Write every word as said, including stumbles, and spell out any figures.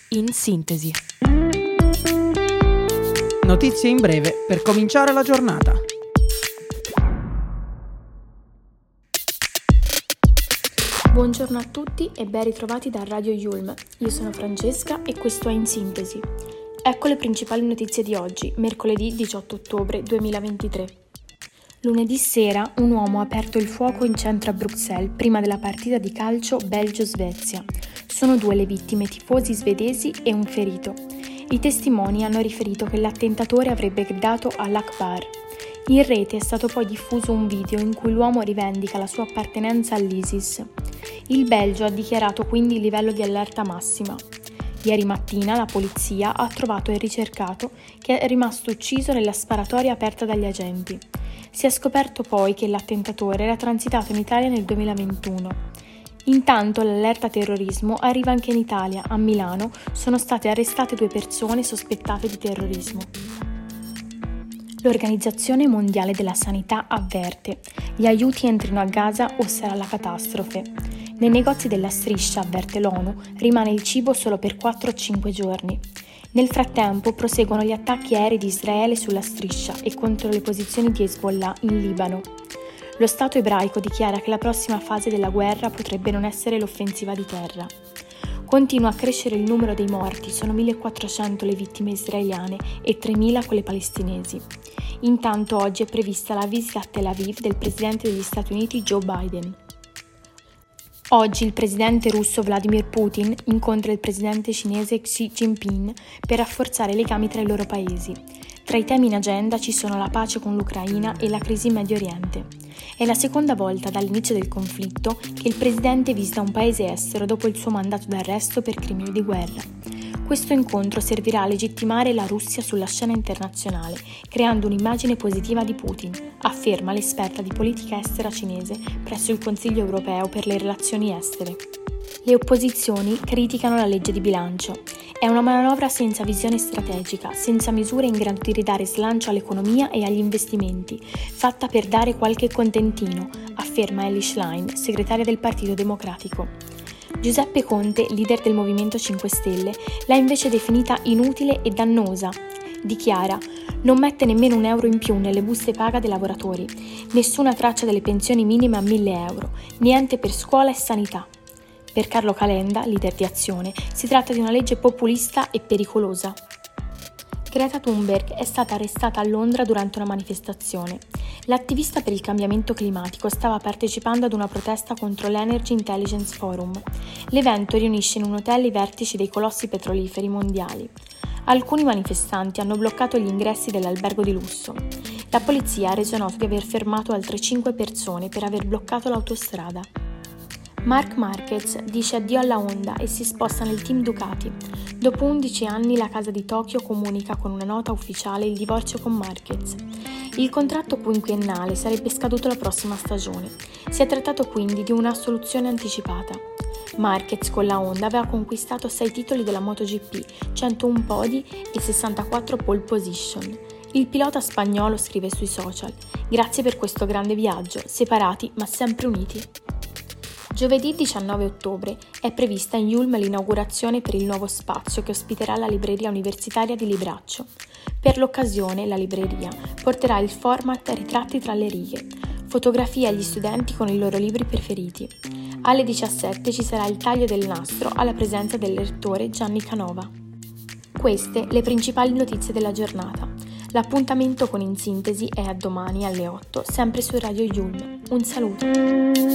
in sintesi. Notizie in breve per cominciare la giornata. Buongiorno a tutti e ben ritrovati da Radio Yulm. Io sono Francesca e questo è In Sintesi. Ecco le principali notizie di oggi, mercoledì diciotto ottobre duemilaventitré. Lunedì sera un uomo ha aperto il fuoco in centro a Bruxelles prima della partita di calcio Belgio-Svezia. Sono due le vittime, tifosi svedesi e un ferito. I testimoni hanno riferito che l'attentatore avrebbe gridato Allah Akbar. In rete è stato poi diffuso un video in cui l'uomo rivendica la sua appartenenza all'ISIS. Il Belgio ha dichiarato quindi il livello di allerta massima. Ieri mattina la polizia ha trovato il ricercato che è rimasto ucciso nella sparatoria aperta dagli agenti. Si è scoperto poi che l'attentatore era transitato in Italia nel duemilaventuno. Intanto l'allerta terrorismo arriva anche in Italia. A Milano sono state arrestate due persone sospettate di terrorismo. L'Organizzazione Mondiale della Sanità avverte: gli aiuti entrino a Gaza o sarà la catastrofe. Nei negozi della striscia, avverte l'ONU, rimane il cibo solo per quattro o cinque giorni. Nel frattempo proseguono gli attacchi aerei di Israele sulla striscia e contro le posizioni di Hezbollah in Libano. Lo Stato ebraico dichiara che la prossima fase della guerra potrebbe non essere l'offensiva di terra. Continua a crescere il numero dei morti, sono millequattrocento le vittime israeliane e tremila quelle palestinesi. Intanto oggi è prevista la visita a Tel Aviv del presidente degli Stati Uniti Joe Biden. Oggi il presidente russo Vladimir Putin incontra il presidente cinese Xi Jinping per rafforzare i legami tra i loro paesi. Tra i temi in agenda ci sono la pace con l'Ucraina e la crisi in Medio Oriente. È la seconda volta dall'inizio del conflitto che il presidente visita un paese estero dopo il suo mandato d'arresto per crimini di guerra. Questo incontro servirà a legittimare la Russia sulla scena internazionale, creando un'immagine positiva di Putin, afferma l'esperta di politica estera cinese presso il Consiglio europeo per le relazioni estere. Le opposizioni criticano la legge di bilancio. È una manovra senza visione strategica, senza misure in grado di ridare slancio all'economia e agli investimenti, fatta per dare qualche contentino, afferma Elly Schlein, segretaria del Partito Democratico. Giuseppe Conte, leader del Movimento cinque Stelle, l'ha invece definita inutile e dannosa. Dichiara: non mette nemmeno un euro in più nelle buste paga dei lavoratori, nessuna traccia delle pensioni minime a mille euro, niente per scuola e sanità. Per Carlo Calenda, leader di Azione, si tratta di una legge populista e pericolosa. Greta Thunberg è stata arrestata a Londra durante una manifestazione. L'attivista per il cambiamento climatico stava partecipando ad una protesta contro l'Energy Intelligence Forum. L'evento riunisce in un hotel i vertici dei colossi petroliferi mondiali. Alcuni manifestanti hanno bloccato gli ingressi dell'albergo di lusso. La polizia ha reso noto di aver fermato altre cinque persone per aver bloccato l'autostrada. Marc Marquez dice addio alla Honda e si sposta nel team Ducati. Dopo undici anni la casa di Tokyo comunica con una nota ufficiale il divorzio con Marquez. Il contratto quinquennale sarebbe scaduto la prossima stagione. Si è trattato quindi di una soluzione anticipata. Marquez con la Honda aveva conquistato sei titoli della MotoGP, centouno podi e sessantaquattro pole position. Il pilota spagnolo scrive sui social: grazie per questo grande viaggio, separati ma sempre uniti. Giovedì diciannove ottobre è prevista in Yulm l'inaugurazione per il nuovo spazio che ospiterà la libreria universitaria di Libraccio. Per l'occasione la libreria porterà il format Ritratti tra le righe, fotografie agli studenti con i loro libri preferiti. Alle diciassette ci sarà il taglio del nastro alla presenza del lettore Gianni Canova. Queste le principali notizie della giornata. L'appuntamento con In Sintesi è a domani alle otto, sempre su Radio Yulm. Un saluto!